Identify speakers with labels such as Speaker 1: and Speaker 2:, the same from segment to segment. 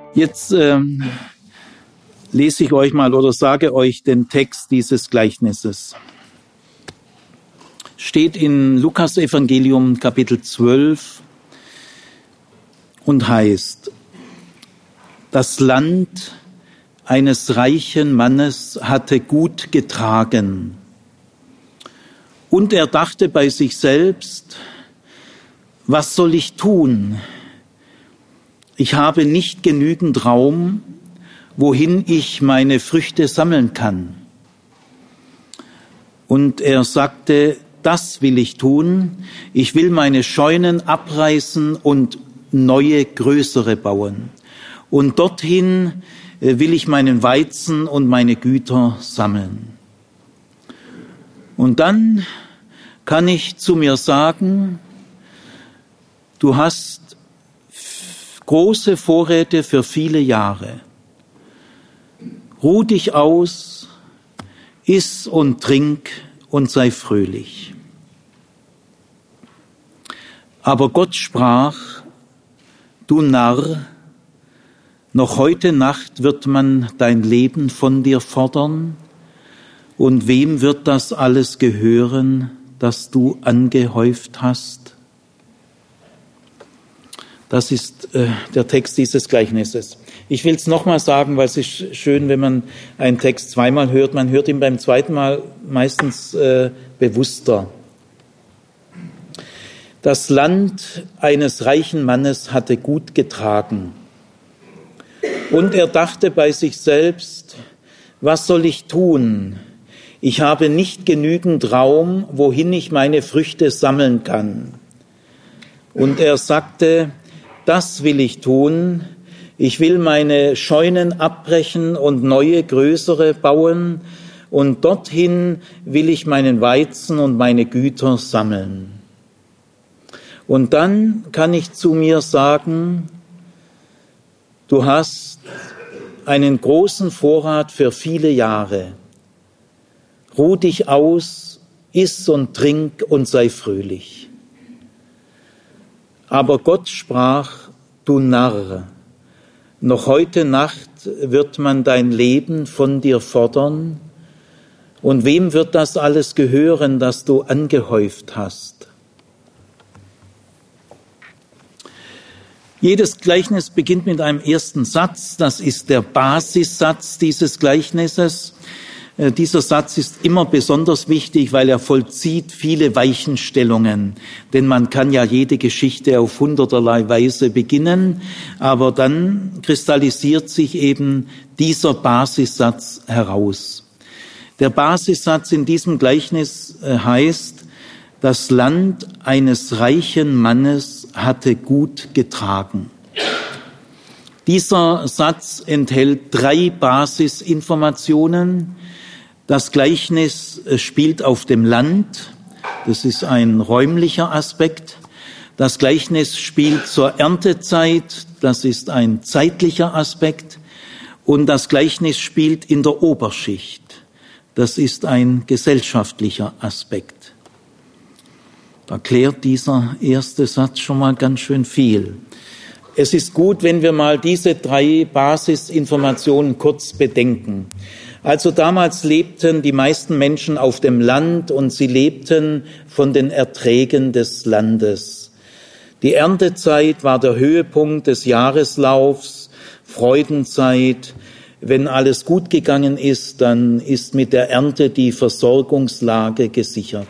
Speaker 1: Jetzt lese ich euch mal oder sage euch den Text dieses Gleichnisses. Steht in Lukas Evangelium Kapitel 12 und heißt: Das Land eines reichen Mannes hatte Gut getragen. Und er dachte bei sich selbst: Was soll ich tun? Ich habe nicht genügend Raum, wohin ich meine Früchte sammeln kann. Und er sagte: Das will ich tun. Ich will meine Scheunen abreißen und neue, größere bauen. Und dorthin will ich meinen Weizen und meine Güter sammeln. Und dann kann ich zu mir sagen: Du hast große Vorräte für viele Jahre. Ruh dich aus, iss und trink und sei fröhlich. Aber Gott sprach: Du Narr, noch heute Nacht wird man dein Leben von dir fordern, und wem wird das alles gehören, das du angehäuft hast? Das ist der Text dieses Gleichnisses. Ich will es nochmal sagen, weil es ist schön, wenn man einen Text zweimal hört. Man hört ihn beim zweiten Mal meistens bewusster. Das Land eines reichen Mannes hatte Gut getragen. Und er dachte bei sich selbst: Was soll ich tun? Ich habe nicht genügend Raum, wohin ich meine Früchte sammeln kann. Und er sagte: Das will ich tun. Ich will meine Scheunen abbrechen und neue, größere bauen. Und dorthin will ich meinen Weizen und meine Güter sammeln. Und dann kann ich zu mir sagen: Du hast einen großen Vorrat für viele Jahre. Ruh dich aus, iss und trink und sei fröhlich. Aber Gott sprach: Du Narr, noch heute Nacht wird man dein Leben von dir fordern, und wem wird das alles gehören, das du angehäuft hast? Jedes Gleichnis beginnt mit einem ersten Satz. Das ist der Basissatz dieses Gleichnisses. Dieser Satz ist immer besonders wichtig, weil er vollzieht viele Weichenstellungen. Denn man kann ja jede Geschichte auf hunderterlei Weise beginnen, aber dann kristallisiert sich eben dieser Basissatz heraus. Der Basissatz in diesem Gleichnis heißt: Das Land eines reichen Mannes hatte Gut getragen. Dieser Satz enthält 3 Basisinformationen. Das Gleichnis spielt auf dem Land. Das ist ein räumlicher Aspekt. Das Gleichnis spielt zur Erntezeit. Das ist ein zeitlicher Aspekt. Und das Gleichnis spielt in der Oberschicht. Das ist ein gesellschaftlicher Aspekt. Da klärt dieser erste Satz schon mal ganz schön viel. Es ist gut, wenn wir mal diese 3 Basisinformationen kurz bedenken. Also damals lebten die meisten Menschen auf dem Land und sie lebten von den Erträgen des Landes. Die Erntezeit war der Höhepunkt des Jahreslaufs, Freudenzeit. Wenn alles gut gegangen ist, dann ist mit der Ernte die Versorgungslage gesichert.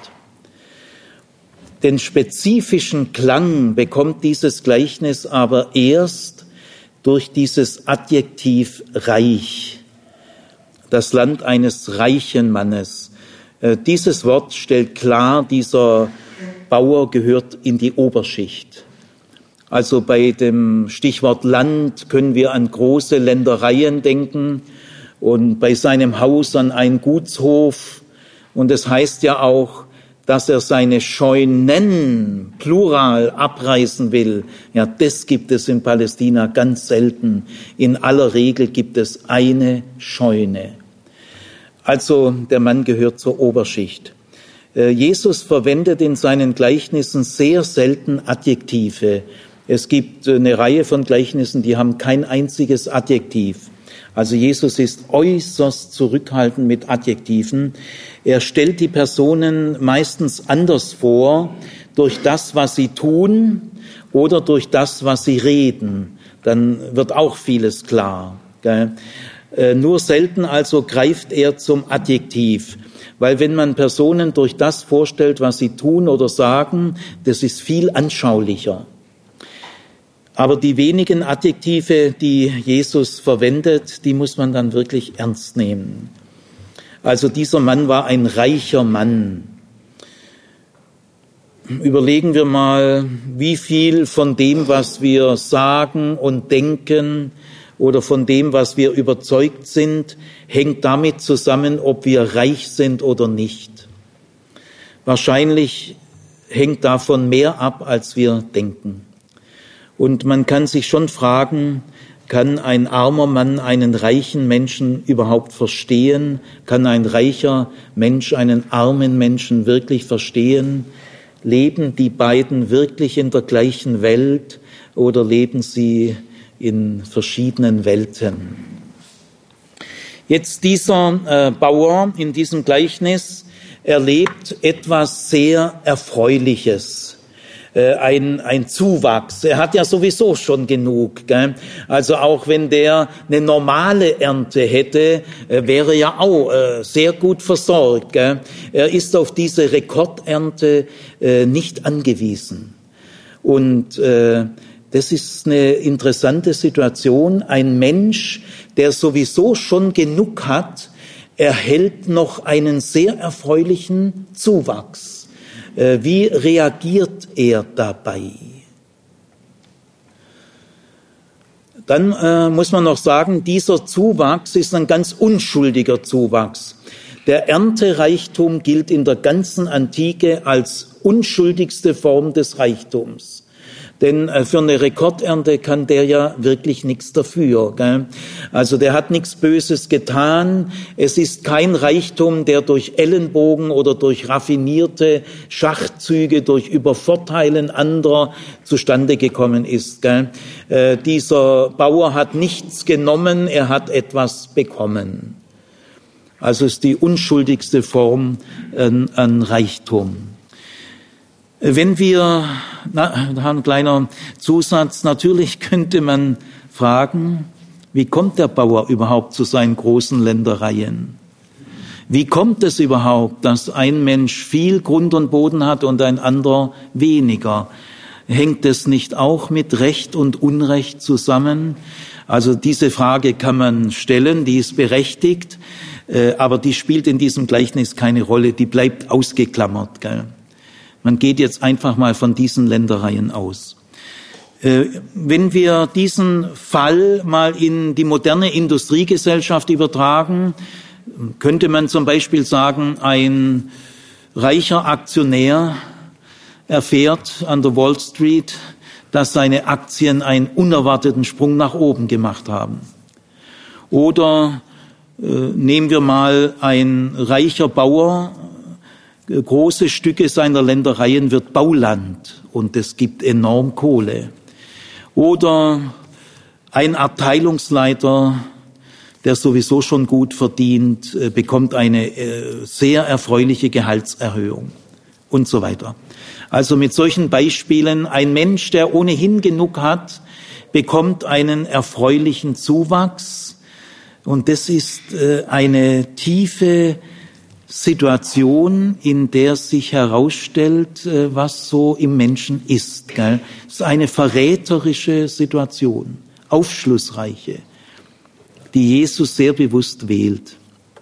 Speaker 1: Den spezifischen Klang bekommt dieses Gleichnis aber erst durch dieses Adjektiv reich. Das Land eines reichen Mannes. Dieses Wort stellt klar, dieser Bauer gehört in die Oberschicht. Also bei dem Stichwort Land können wir an große Ländereien denken und bei seinem Haus an einen Gutshof. Und es heißt ja auch, dass er seine Scheunen, Plural, abreißen will. Ja, das gibt es in Palästina ganz selten. In aller Regel gibt es eine Scheune. Also der Mann gehört zur Oberschicht. Jesus verwendet in seinen Gleichnissen sehr selten Adjektive. Es gibt eine Reihe von Gleichnissen, die haben kein einziges Adjektiv. Also Jesus ist äußerst zurückhaltend mit Adjektiven. Er stellt die Personen meistens anders vor, durch das, was sie tun oder durch das, was sie reden. Dann wird auch vieles klar. Gell? Nur selten also greift er zum Adjektiv. Weil wenn man Personen durch das vorstellt, was sie tun oder sagen, das ist viel anschaulicher. Aber die wenigen Adjektive, die Jesus verwendet, die muss man dann wirklich ernst nehmen. Also dieser Mann war ein reicher Mann. Überlegen wir mal, wie viel von dem, was wir sagen und denken oder von dem, was wir überzeugt sind, hängt damit zusammen, ob wir reich sind oder nicht. Wahrscheinlich hängt davon mehr ab, als wir denken. Und man kann sich schon fragen, kann ein armer Mann einen reichen Menschen überhaupt verstehen? Kann ein reicher Mensch einen armen Menschen wirklich verstehen? Leben die beiden wirklich in der gleichen Welt oder leben sie in verschiedenen Welten? Jetzt dieser Bauer in diesem Gleichnis erlebt etwas sehr Erfreuliches. Ein Zuwachs. Er hat ja sowieso schon genug. Gell? Also auch wenn der eine normale Ernte hätte, wäre ja auch sehr gut versorgt. Gell? Er ist auf diese Rekordernte nicht angewiesen. Und das ist eine interessante Situation. Ein Mensch, der sowieso schon genug hat, erhält noch einen sehr erfreulichen Zuwachs. Wie reagiert er dabei? Dann muss man noch sagen, dieser Zuwachs ist ein ganz unschuldiger Zuwachs. Der Erntereichtum gilt in der ganzen Antike als unschuldigste Form des Reichtums. Denn für eine Rekordernte kann der ja wirklich nichts dafür. Gell? Also der hat nichts Böses getan. Es ist kein Reichtum, der durch Ellenbogen oder durch raffinierte Schachzüge, durch Übervorteilen anderer zustande gekommen ist. Gell? Dieser Bauer hat nichts genommen, er hat etwas bekommen. Also ist die unschuldigste Form an Reichtum. Wenn wir, ein kleiner Zusatz, natürlich könnte man fragen, wie kommt der Bauer überhaupt zu seinen großen Ländereien? Wie kommt es überhaupt, dass ein Mensch viel Grund und Boden hat und ein anderer weniger? Hängt es nicht auch mit Recht und Unrecht zusammen? Also diese Frage kann man stellen, die ist berechtigt, aber die spielt in diesem Gleichnis keine Rolle, die bleibt ausgeklammert, gell? Man geht jetzt einfach mal von diesen Ländereien aus. Wenn wir diesen Fall mal in die moderne Industriegesellschaft übertragen, könnte man zum Beispiel sagen, ein reicher Aktionär erfährt an der Wall Street, dass seine Aktien einen unerwarteten Sprung nach oben gemacht haben. Oder nehmen wir mal ein reicher Bauer, große Stücke seiner Ländereien wird Bauland und es gibt enorm Kohle. Oder ein Abteilungsleiter, der sowieso schon gut verdient, bekommt eine sehr erfreuliche Gehaltserhöhung und so weiter. Also mit solchen Beispielen, ein Mensch, der ohnehin genug hat, bekommt einen erfreulichen Zuwachs und das ist eine tiefe Situation, in der sich herausstellt, was so im Menschen ist. Gell? Es ist eine verräterische Situation, aufschlussreiche, die Jesus sehr bewusst wählt.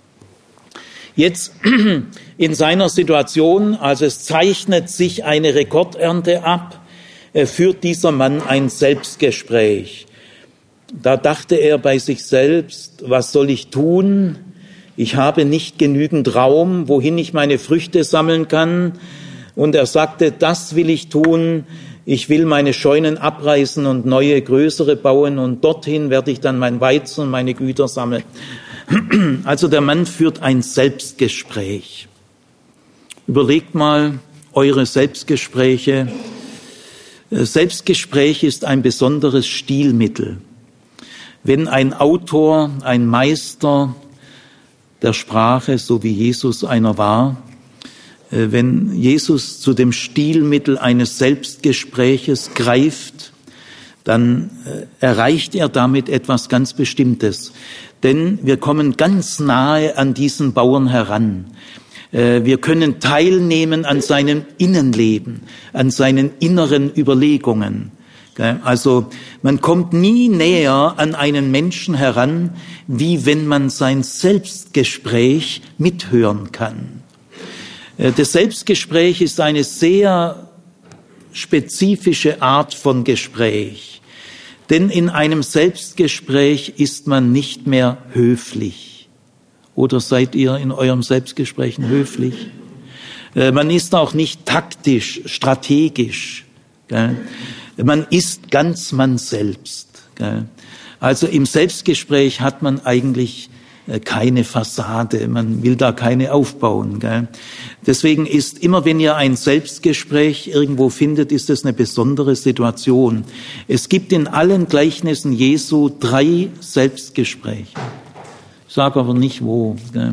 Speaker 1: Jetzt in seiner Situation, also es zeichnet sich eine Rekordernte ab, führt dieser Mann ein Selbstgespräch. Da dachte er bei sich selbst, was soll ich tun? Ich habe nicht genügend Raum, wohin ich meine Früchte sammeln kann. Und er sagte, das will ich tun. Ich will meine Scheunen abreißen und neue, größere bauen. Und dorthin werde ich dann mein Weizen und meine Güter sammeln. Also der Mann führt ein Selbstgespräch. Überlegt mal eure Selbstgespräche. Selbstgespräch ist ein besonderes Stilmittel. Wenn ein Autor, ein Meister der Sprache, so wie Jesus einer war, wenn Jesus zu dem Stilmittel eines Selbstgespräches greift, dann erreicht er damit etwas ganz Bestimmtes. Denn wir kommen ganz nahe an diesen Bauern heran. Wir können teilnehmen an seinem Innenleben, an seinen inneren Überlegungen. Also man kommt nie näher an einen Menschen heran, wie wenn man sein Selbstgespräch mithören kann. Das Selbstgespräch ist eine sehr spezifische Art von Gespräch. Denn in einem Selbstgespräch ist man nicht mehr höflich. Oder seid ihr in eurem Selbstgesprächen höflich? Man ist auch nicht taktisch, strategisch. Man ist ganz man selbst. Also im Selbstgespräch hat man eigentlich keine Fassade, man will da keine aufbauen. Deswegen ist immer, wenn ihr ein Selbstgespräch irgendwo findet, ist es eine besondere Situation. Es gibt in allen Gleichnissen Jesu 3 Selbstgespräche. Ich sage aber nicht wo.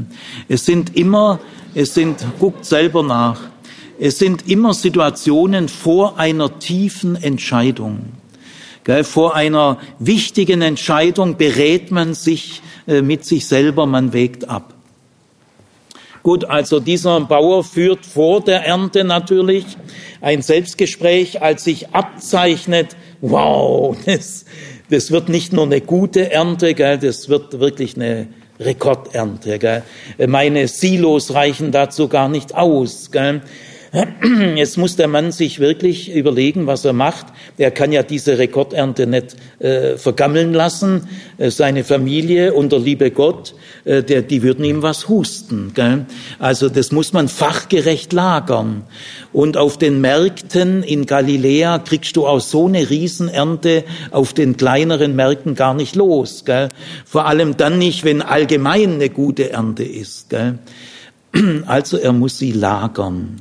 Speaker 1: Guckt selber nach, es sind immer Situationen vor einer tiefen Entscheidung. Vor einer wichtigen Entscheidung berät man sich mit sich selber, man wägt ab. Gut, also dieser Bauer führt vor der Ernte natürlich ein Selbstgespräch, als sich abzeichnet, wow, das wird nicht nur eine gute Ernte, das wird wirklich eine Rekordernte. Meine Silos reichen dazu gar nicht aus. Jetzt muss der Mann sich wirklich überlegen, was er macht. Er kann ja diese Rekordernte nicht vergammeln lassen. Seine Familie und der liebe Gott, die würden ihm was husten. Also das muss man fachgerecht lagern. Und auf den Märkten in Galiläa kriegst du auch so eine Riesenernte auf den kleineren Märkten gar nicht los. Vor allem dann nicht, wenn allgemein eine gute Ernte ist. Also er muss sie lagern.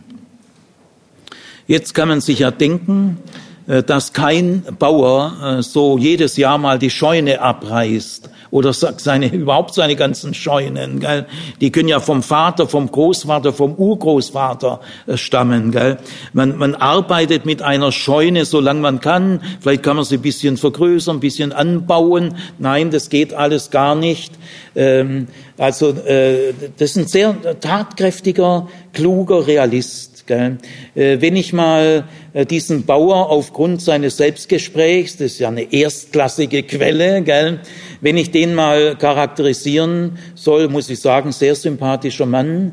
Speaker 1: Jetzt kann man sich ja denken, dass kein Bauer so jedes Jahr mal die Scheune abreißt oder überhaupt seine ganzen Scheunen. Gell? Die können ja vom Vater, vom Großvater, vom Urgroßvater stammen. Gell? Man arbeitet mit einer Scheune, solange man kann. Vielleicht kann man sie ein bisschen vergrößern, ein bisschen anbauen. Nein, das geht alles gar nicht. Das ist ein sehr tatkräftiger, kluger Realist. Wenn ich mal diesen Bauer aufgrund seines Selbstgesprächs, das ist ja eine erstklassige Quelle, wenn ich den mal charakterisieren soll, muss ich sagen, sehr sympathischer Mann,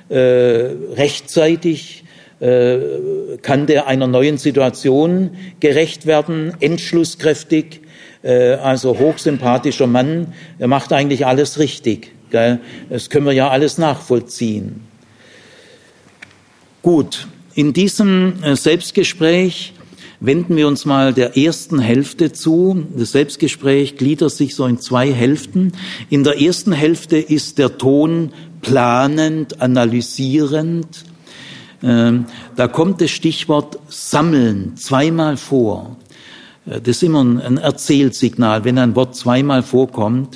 Speaker 1: rechtzeitig kann der einer neuen Situation gerecht werden, entschlusskräftig, also hochsympathischer Mann, er macht eigentlich alles richtig. Das können wir ja alles nachvollziehen. Gut, in diesem Selbstgespräch wenden wir uns mal der ersten Hälfte zu. Das Selbstgespräch gliedert sich so in 2 Hälften. In der ersten Hälfte ist der Ton planend, analysierend. Da kommt das Stichwort sammeln 2-mal vor. Das ist immer ein Erzählsignal, wenn ein Wort 2-mal vorkommt.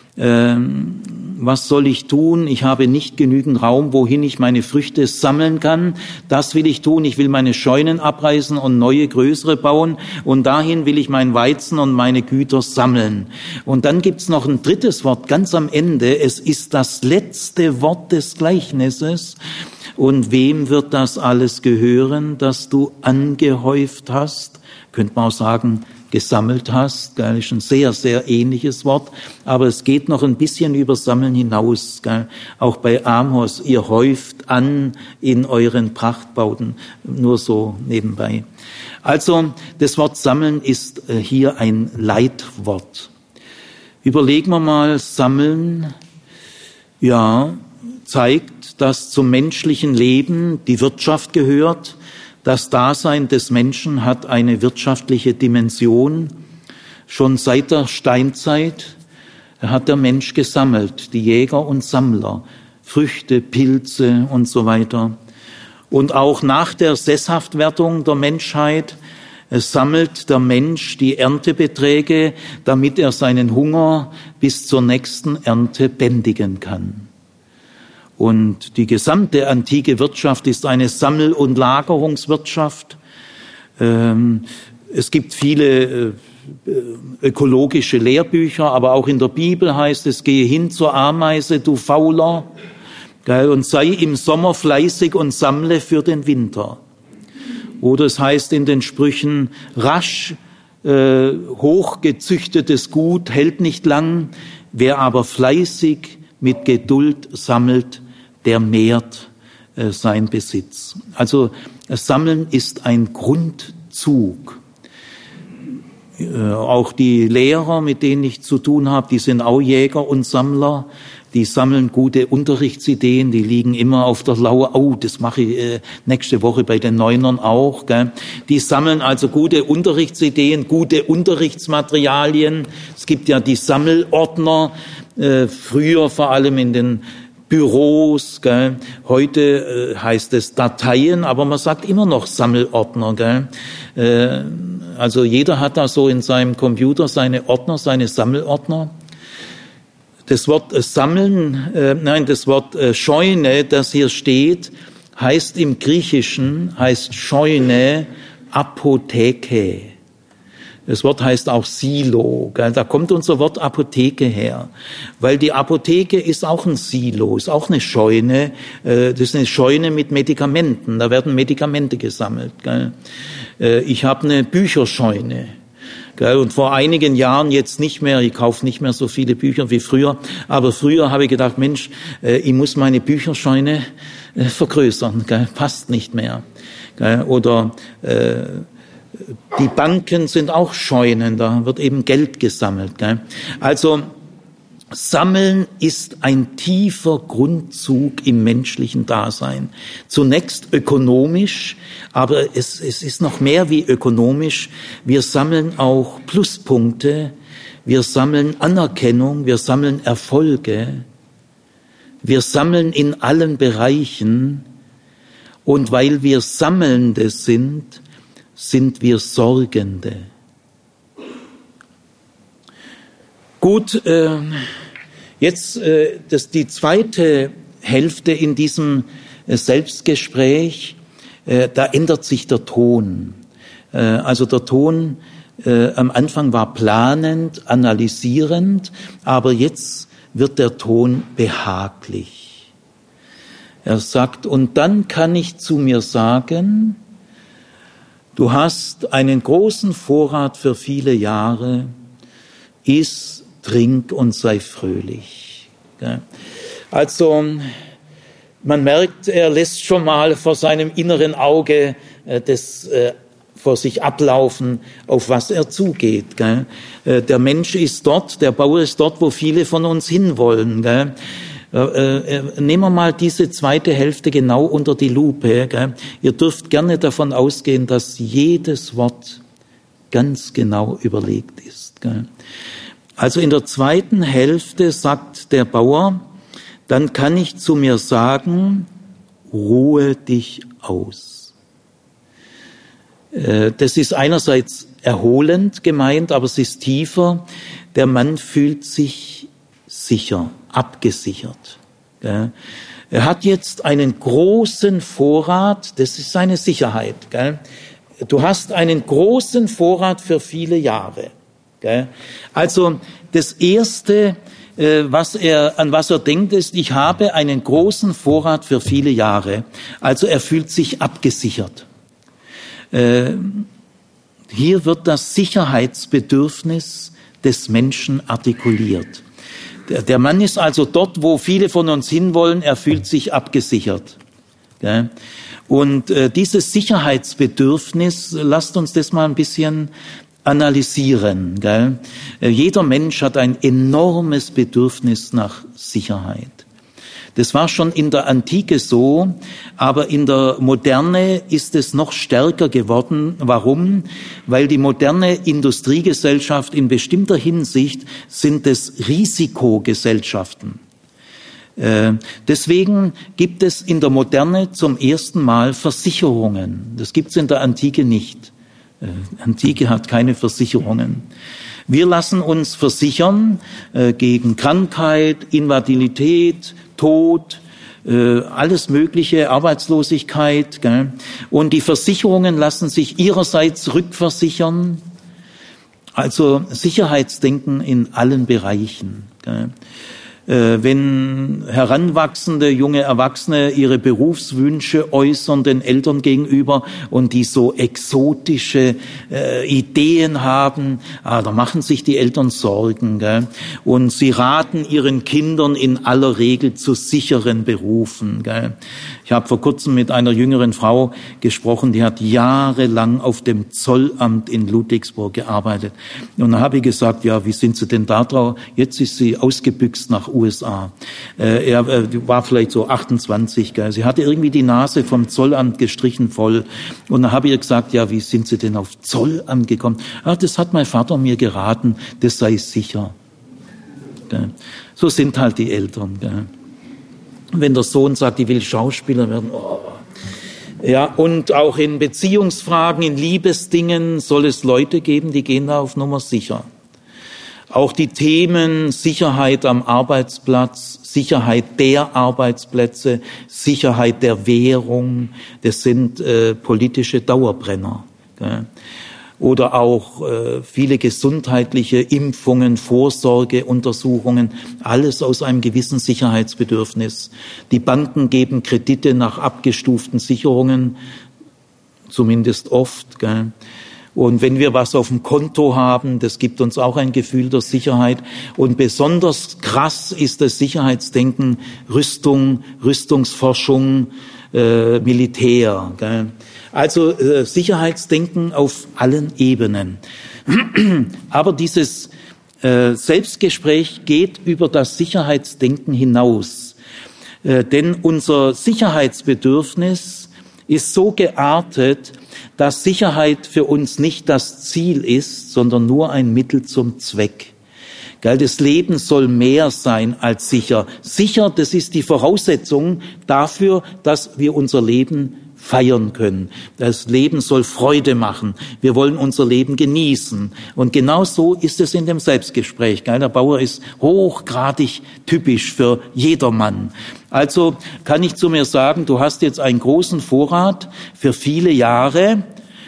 Speaker 1: Was soll ich tun? Ich habe nicht genügend Raum, wohin ich meine Früchte sammeln kann. Das will ich tun. Ich will meine Scheunen abreißen und neue, größere bauen. Und dahin will ich mein Weizen und meine Güter sammeln. Und dann gibt's noch ein drittes Wort ganz am Ende. Es ist das letzte Wort des Gleichnisses. Und wem wird das alles gehören, das du angehäuft hast? Könnte man auch sagen, gesammelt hast. Das ist ein sehr, sehr ähnliches Wort. Aber es geht noch ein bisschen über Sammeln hinaus. Auch bei Amos, ihr häuft an in euren Prachtbauten. Nur so nebenbei. Also das Wort sammeln ist hier ein Leitwort. Überlegen wir mal, sammeln, ja, zeigt, dass zum menschlichen Leben die Wirtschaft gehört. Das Dasein des Menschen hat eine wirtschaftliche Dimension. Schon seit der Steinzeit hat der Mensch gesammelt, die Jäger und Sammler, Früchte, Pilze und so weiter. Und auch nach der Sesshaftwerdung der Menschheit sammelt der Mensch die Erntebeträge, damit er seinen Hunger bis zur nächsten Ernte bändigen kann. Und die gesamte antike Wirtschaft ist eine Sammel- und Lagerungswirtschaft. Es gibt viele ökologische Lehrbücher, aber auch in der Bibel heißt es, gehe hin zur Ameise, du Fauler, und sei im Sommer fleißig und sammle für den Winter. Oder es heißt in den Sprüchen, rasch hochgezüchtetes Gut hält nicht lang, wer aber fleißig mit Geduld sammelt, der mehrt sein Besitz. Also Sammeln ist ein Grundzug. Auch die Lehrer, mit denen ich zu tun habe, die sind auch Jäger und Sammler. Die sammeln gute Unterrichtsideen, die liegen immer auf der Lauer. Oh, das mache ich nächste Woche bei den Neunern auch. Gell? Die sammeln also gute Unterrichtsideen, gute Unterrichtsmaterialien. Es gibt ja die Sammelordner, früher vor allem in den Büros. Gell? Heute heißt es Dateien, aber man sagt immer noch Sammelordner. Gell? Also jeder hat da so in seinem Computer seine Ordner, seine Sammelordner. Das Wort das Wort Scheune, das hier steht, heißt im Griechischen, heißt Scheune Apotheke. Das Wort heißt auch Silo. Da kommt unser Wort Apotheke her. Weil die Apotheke ist auch ein Silo, ist auch eine Scheune. Das ist eine Scheune mit Medikamenten. Da werden Medikamente gesammelt. Ich habe eine Bücherscheune. Und vor einigen Jahren jetzt nicht mehr, ich kaufe nicht mehr so viele Bücher wie früher, aber früher habe ich gedacht, Mensch, ich muss meine Bücherscheune vergrößern, passt nicht mehr. Oder die Banken sind auch Scheunen, da wird eben Geld gesammelt. Also Sammeln ist ein tiefer Grundzug im menschlichen Dasein. Zunächst ökonomisch, aber es ist noch mehr wie ökonomisch. Wir sammeln auch Pluspunkte, wir sammeln Anerkennung, wir sammeln Erfolge, wir sammeln in allen Bereichen. Und weil wir Sammelnde sind, sind wir Sorgende. Gut, jetzt die zweite Hälfte in diesem Selbstgespräch, da ändert sich der Ton. Also der Ton am Anfang war planend, analysierend, aber jetzt wird der Ton behaglich. Er sagt, und dann kann ich zu mir sagen, du hast einen großen Vorrat für viele Jahre, iss, trink und sei fröhlich. Also man merkt, er lässt schon mal vor seinem inneren Auge das vor sich ablaufen, auf was er zugeht. Der Mensch ist dort, der Bauer ist dort, wo viele von uns hinwollen. Nehmen wir mal diese zweite Hälfte genau unter die Lupe. Ihr dürft gerne davon ausgehen, dass jedes Wort ganz genau überlegt ist. Also in der zweiten Hälfte sagt der Bauer, dann kann ich zu mir sagen, ruhe dich aus. Das ist einerseits erholend gemeint, aber es ist tiefer. Der Mann fühlt sich sicher, abgesichert. Er hat jetzt einen großen Vorrat, das ist seine Sicherheit. Du hast einen großen Vorrat für viele Jahre. Also das Erste, an was er denkt, ist, ich habe einen großen Vorrat für viele Jahre. Also er fühlt sich abgesichert. Hier wird das Sicherheitsbedürfnis des Menschen artikuliert. Der Mann ist also dort, wo viele von uns hinwollen, er fühlt sich abgesichert. Und dieses Sicherheitsbedürfnis, lasst uns das mal ein bisschen analysieren. Jeder Mensch hat ein enormes Bedürfnis nach Sicherheit. Das war schon in der Antike so, aber in der Moderne ist es noch stärker geworden. Warum? Weil die moderne Industriegesellschaft in bestimmter Hinsicht sind es Risikogesellschaften. Deswegen gibt es in der Moderne zum ersten Mal Versicherungen. Das gibt es in der Antike nicht. Antike hat keine Versicherungen. Wir lassen uns versichern gegen Krankheit, Invalidität, Tod, alles mögliche, Arbeitslosigkeit. Gell? Und die Versicherungen lassen sich ihrerseits rückversichern. Also Sicherheitsdenken in allen Bereichen. Gell? Wenn heranwachsende junge Erwachsene ihre Berufswünsche äußern den Eltern gegenüber und die so exotische Ideen haben, da machen sich die Eltern Sorgen. Gell? Und sie raten ihren Kindern in aller Regel zu sicheren Berufen. Gell? Ich habe vor kurzem mit einer jüngeren Frau gesprochen, die hat jahrelang auf dem Zollamt in Ludwigsburg gearbeitet. Und dann habe ich gesagt, ja, wie sind Sie denn da drauf? Jetzt ist sie ausgebüxt nach USA. Er war vielleicht so 28, gell? Sie hatte irgendwie die Nase vom Zollamt gestrichen voll. Und dann habe ich ihr gesagt, ja, wie sind Sie denn auf Zollamt gekommen? Das hat mein Vater mir geraten, das sei sicher. Gell? So sind halt die Eltern. Gell? Wenn der Sohn sagt, ich will Schauspieler werden, Ja, und auch in Beziehungsfragen, in Liebesdingen soll es Leute geben, die gehen da auf Nummer sicher. Auch die Themen Sicherheit am Arbeitsplatz, Sicherheit der Arbeitsplätze, Sicherheit der Währung, das sind politische Dauerbrenner. Gell? Oder auch viele gesundheitliche Impfungen, Vorsorgeuntersuchungen, alles aus einem gewissen Sicherheitsbedürfnis. Die Banken geben Kredite nach abgestuften Sicherungen, zumindest oft. Gell? Und wenn wir was auf dem Konto haben, das gibt uns auch ein Gefühl der Sicherheit. Und besonders krass ist das Sicherheitsdenken, Rüstung, Rüstungsforschung, Militär. Gell? Also Sicherheitsdenken auf allen Ebenen. Aber dieses Selbstgespräch geht über das Sicherheitsdenken hinaus. Denn unser Sicherheitsbedürfnis ist so geartet, dass Sicherheit für uns nicht das Ziel ist, sondern nur ein Mittel zum Zweck. Das Leben soll mehr sein als sicher. Sicher, das ist die Voraussetzung dafür, dass wir unser Leben feiern können. Das Leben soll Freude machen. Wir wollen unser Leben genießen. Und genau so ist es in dem Selbstgespräch. Der Bauer ist hochgradig typisch für jedermann. Also kann ich zu mir sagen, du hast jetzt einen großen Vorrat für viele Jahre.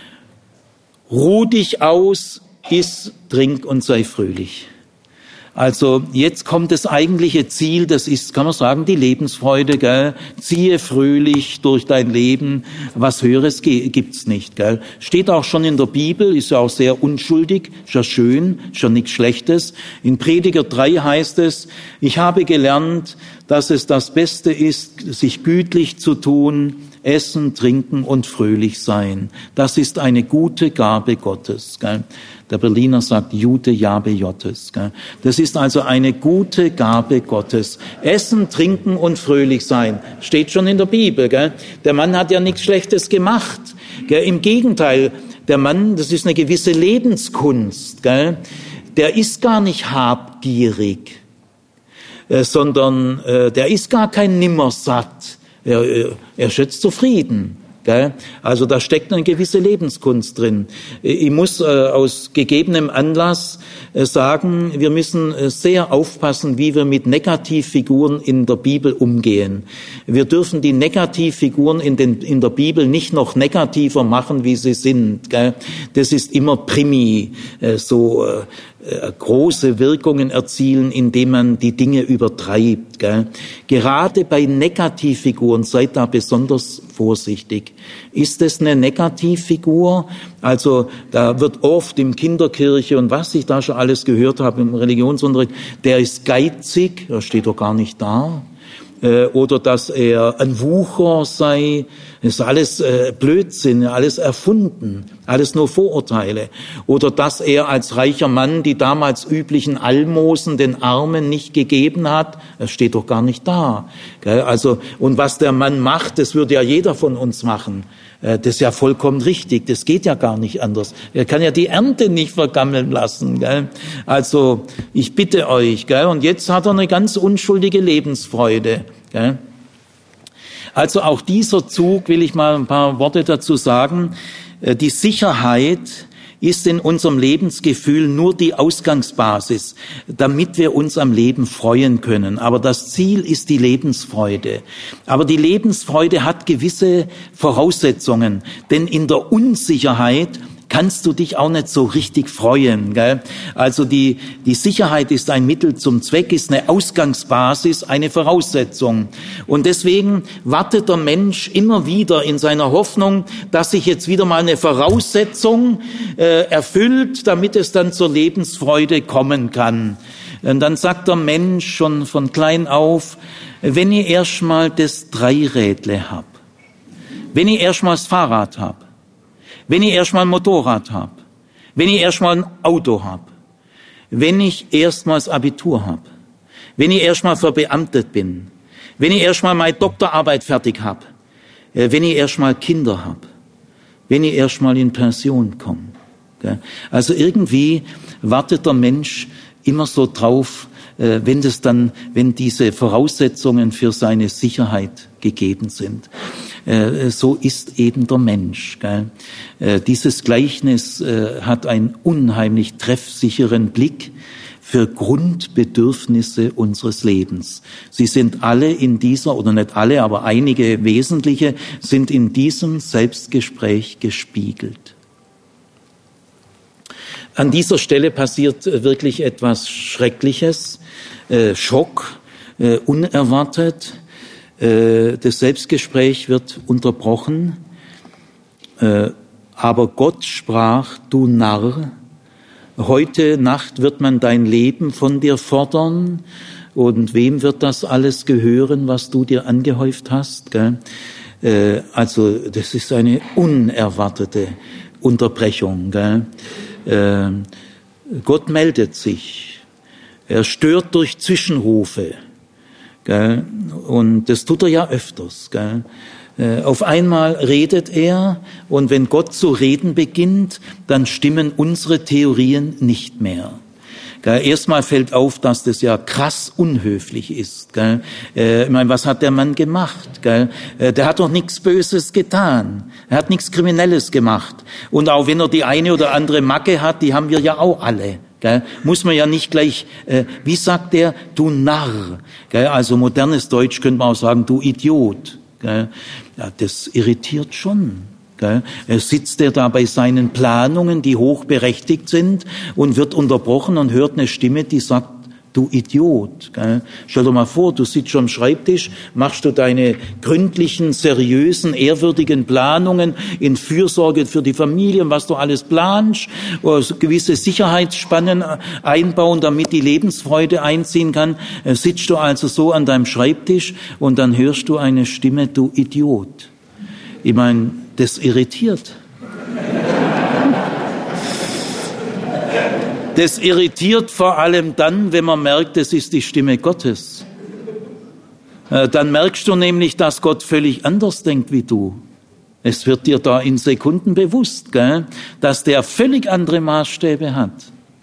Speaker 1: Ruh dich aus, iss, trink und sei fröhlich. Also jetzt kommt das eigentliche Ziel, das ist, kann man sagen, die Lebensfreude, gell? Ziehe fröhlich durch dein Leben, was Höheres gibt's nicht, gell? Steht auch schon in der Bibel, ist ja auch sehr unschuldig, ist ja schön, ist ja nichts Schlechtes. In Prediger 3 heißt es, ich habe gelernt, dass es das Beste ist, sich gütlich zu tun, essen, trinken und fröhlich sein. Das ist eine gute Gabe Gottes, gell? Der Berliner sagt, Jude Jabe Jottes. Gell? Das ist also eine gute Gabe Gottes. Essen, trinken und fröhlich sein. Steht schon in der Bibel. Gell? Der Mann hat ja nichts Schlechtes gemacht. Gell? Im Gegenteil, der Mann, das ist eine gewisse Lebenskunst. Gell? Der ist gar nicht habgierig, sondern der ist gar kein Nimmersatt. Er schätzt zufrieden. Also da steckt eine gewisse Lebenskunst drin. Ich muss aus gegebenem Anlass sagen, wir müssen sehr aufpassen, wie wir mit Negativfiguren in der Bibel umgehen. Wir dürfen die Negativfiguren in der Bibel nicht noch negativer machen, wie sie sind. Das ist immer Primi, so große Wirkungen erzielen, indem man die Dinge übertreibt. Gerade bei Negativfiguren seid da besonders vorsichtig. Ist es eine Negativfigur? Also da wird oft im Kinderkirche und was ich da schon alles gehört habe im Religionsunterricht, der ist geizig, das steht doch gar nicht da. Oder dass er ein Wucher sei, das ist alles Blödsinn, alles erfunden, alles nur Vorurteile. Oder dass er als reicher Mann die damals üblichen Almosen den Armen nicht gegeben hat, das steht doch gar nicht da. Also, und was der Mann macht, das würde ja jeder von uns machen. Das ist ja vollkommen richtig, das geht ja gar nicht anders. Er kann ja die Ernte nicht vergammeln lassen. Gell? Also ich bitte euch, gell? Und jetzt hat er eine ganz unschuldige Lebensfreude. Gell? Also auch dieser Zug, will ich mal ein paar Worte dazu sagen, Die Sicherheit ist in unserem Lebensgefühl nur die Ausgangsbasis, damit wir uns am Leben freuen können. Aber das Ziel ist die Lebensfreude. Aber die Lebensfreude hat gewisse Voraussetzungen, denn in der Unsicherheit kannst du dich auch nicht so richtig freuen, gell? Also die Sicherheit ist ein Mittel zum Zweck, ist eine Ausgangsbasis, eine Voraussetzung. Und deswegen wartet der Mensch immer wieder in seiner Hoffnung, dass sich jetzt wieder mal eine Voraussetzung erfüllt, damit es dann zur Lebensfreude kommen kann. Und dann sagt der Mensch schon von klein auf, wenn ich erst mal das Dreirädle hab, wenn ich erst mal das Fahrrad hab, wenn ich erstmal ein Motorrad habe, wenn ich erstmal ein Auto habe, wenn ich erstmal das Abitur habe, wenn ich erstmal verbeamtet bin, wenn ich erstmal meine Doktorarbeit fertig habe, wenn ich erstmal Kinder habe, wenn ich erstmal in Pension komme. Also irgendwie wartet der Mensch immer so drauf, wenn diese Voraussetzungen für seine Sicherheit gegeben sind. So ist eben der Mensch. Gell? Dieses Gleichnis hat einen unheimlich treffsicheren Blick für Grundbedürfnisse unseres Lebens. Sie sind alle in dieser, oder nicht alle, aber einige wesentliche, sind in diesem Selbstgespräch gespiegelt. An dieser Stelle passiert wirklich etwas Schreckliches, Schock, unerwartet. Das Selbstgespräch wird unterbrochen, aber Gott sprach, du Narr, heute Nacht wird man dein Leben von dir fordern, und wem wird das alles gehören, was du dir angehäuft hast? Gell? Also das ist eine unerwartete Unterbrechung. Gell? Gott meldet sich, er stört durch Zwischenrufe. Gell? Und das tut er ja öfters. Gell? Auf einmal redet er, und wenn Gott zu reden beginnt, dann stimmen unsere Theorien nicht mehr. Gell? Erstmal fällt auf, dass das ja krass unhöflich ist. Gell? Ich meine, was hat der Mann gemacht? Gell? Der hat doch nichts Böses getan. Er hat nichts Kriminelles gemacht. Und auch wenn er die eine oder andere Macke hat, die haben wir ja auch alle. Gell? Muss man ja nicht gleich, wie sagt der, du Narr. Gell? Also modernes Deutsch könnte man auch sagen, du Idiot. Gell? Ja, das irritiert schon. Gell? Sitzt er da bei seinen Planungen, die hochberechtigt sind, und wird unterbrochen und hört eine Stimme, die sagt, du Idiot. Gell? Stell dir mal vor, du sitzt schon am Schreibtisch, machst du deine gründlichen, seriösen, ehrwürdigen Planungen in Fürsorge für die Familie, was du alles planst, gewisse Sicherheitsspannen einbauen, damit die Lebensfreude einziehen kann. Sitzt du also so an deinem Schreibtisch, und dann hörst du eine Stimme, du Idiot. Ich meine, das irritiert. Das irritiert vor allem dann, wenn man merkt, es ist die Stimme Gottes. Dann merkst du nämlich, dass Gott völlig anders denkt wie du. Es wird dir da in Sekunden bewusst, gell, dass der völlig andere Maßstäbe hat.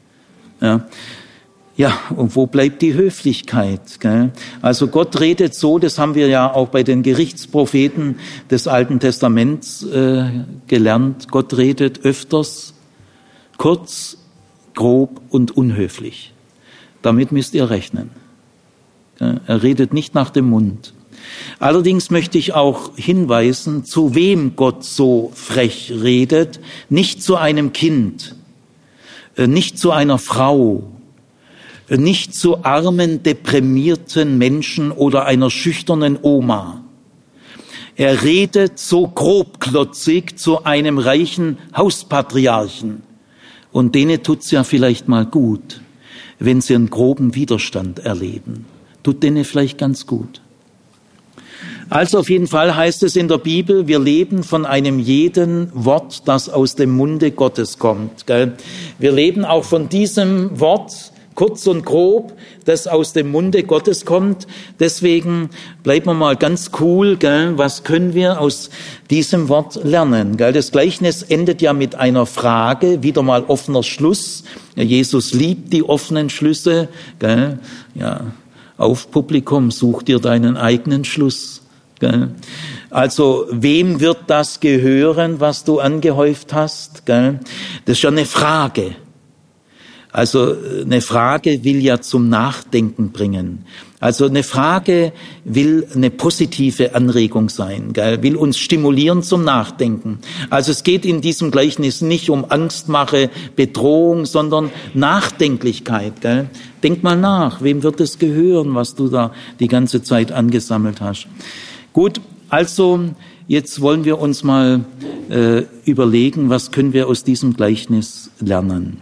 Speaker 1: Ja, und wo bleibt die Höflichkeit? Gell? Also Gott redet so, das haben wir ja auch bei den Gerichtspropheten des Alten Testaments gelernt. Gott redet öfters kurz, grob und unhöflich. Damit müsst ihr rechnen. Er redet nicht nach dem Mund. Allerdings möchte ich auch hinweisen, zu wem Gott so frech redet. Nicht zu einem Kind, nicht zu einer Frau, nicht zu armen, deprimierten Menschen oder einer schüchternen Oma. Er redet so grobklotzig zu einem reichen Hauspatriarchen. Und denen tut's ja vielleicht mal gut, wenn sie einen groben Widerstand erleben. Tut denen vielleicht ganz gut. Also auf jeden Fall heißt es in der Bibel, wir leben von einem jeden Wort, das aus dem Munde Gottes kommt. Gell? Wir leben auch von diesem Wort, kurz und grob, das aus dem Munde Gottes kommt. Deswegen bleiben wir mal ganz cool. Gell? Was können wir aus diesem Wort lernen? Gell? Das Gleichnis endet ja mit einer Frage, wieder mal offener Schluss. Jesus liebt die offenen Schlüsse. Gell? Ja, auf Publikum, such dir deinen eigenen Schluss. Also, wem wird das gehören, was du angehäuft hast? Das ist schon eine Frage. Also, eine Frage will ja zum Nachdenken bringen. Also, eine Frage will eine positive Anregung sein, will uns stimulieren zum Nachdenken. Also, es geht in diesem Gleichnis nicht um Angstmache, Bedrohung, sondern Nachdenklichkeit. Denk mal nach, wem wird es gehören, was du da die ganze Zeit angesammelt hast? Gut, also jetzt wollen wir uns mal überlegen, was können wir aus diesem Gleichnis lernen.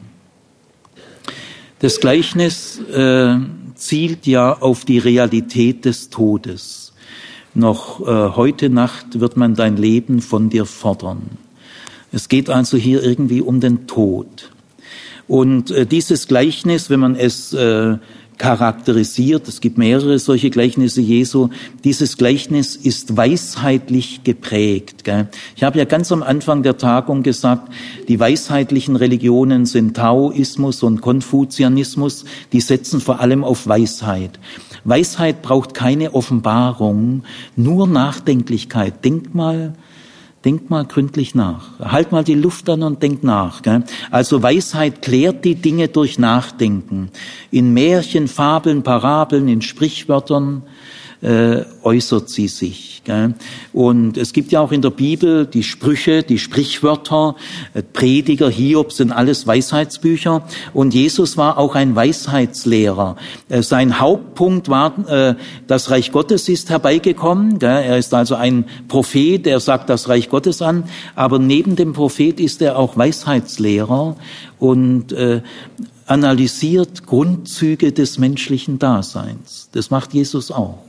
Speaker 1: Das Gleichnis zielt ja auf die Realität des Todes. Noch heute Nacht wird man dein Leben von dir fordern. Es geht also hier irgendwie um den Tod. Und dieses Gleichnis, wenn man es charakterisiert, es gibt mehrere solche Gleichnisse Jesu, dieses Gleichnis ist weisheitlich geprägt. Ich habe ja ganz am Anfang der Tagung gesagt, die weisheitlichen Religionen sind Taoismus und Konfuzianismus, die setzen vor allem auf Weisheit. Weisheit braucht keine Offenbarung, nur Nachdenklichkeit. Denk mal gründlich nach. Halt mal die Luft an und denk nach. Also Weisheit klärt die Dinge durch Nachdenken. In Märchen, Fabeln, Parabeln, in Sprichwörtern äußert sie sich. Und es gibt ja auch in der Bibel die Sprüche, die Sprichwörter, Prediger, Hiob sind alles Weisheitsbücher. Und Jesus war auch ein Weisheitslehrer. Sein Hauptpunkt war, das Reich Gottes ist herbeigekommen. Er ist also ein Prophet, der sagt das Reich Gottes an. Aber neben dem Prophet ist er auch Weisheitslehrer und analysiert Grundzüge des menschlichen Daseins. Das macht Jesus auch.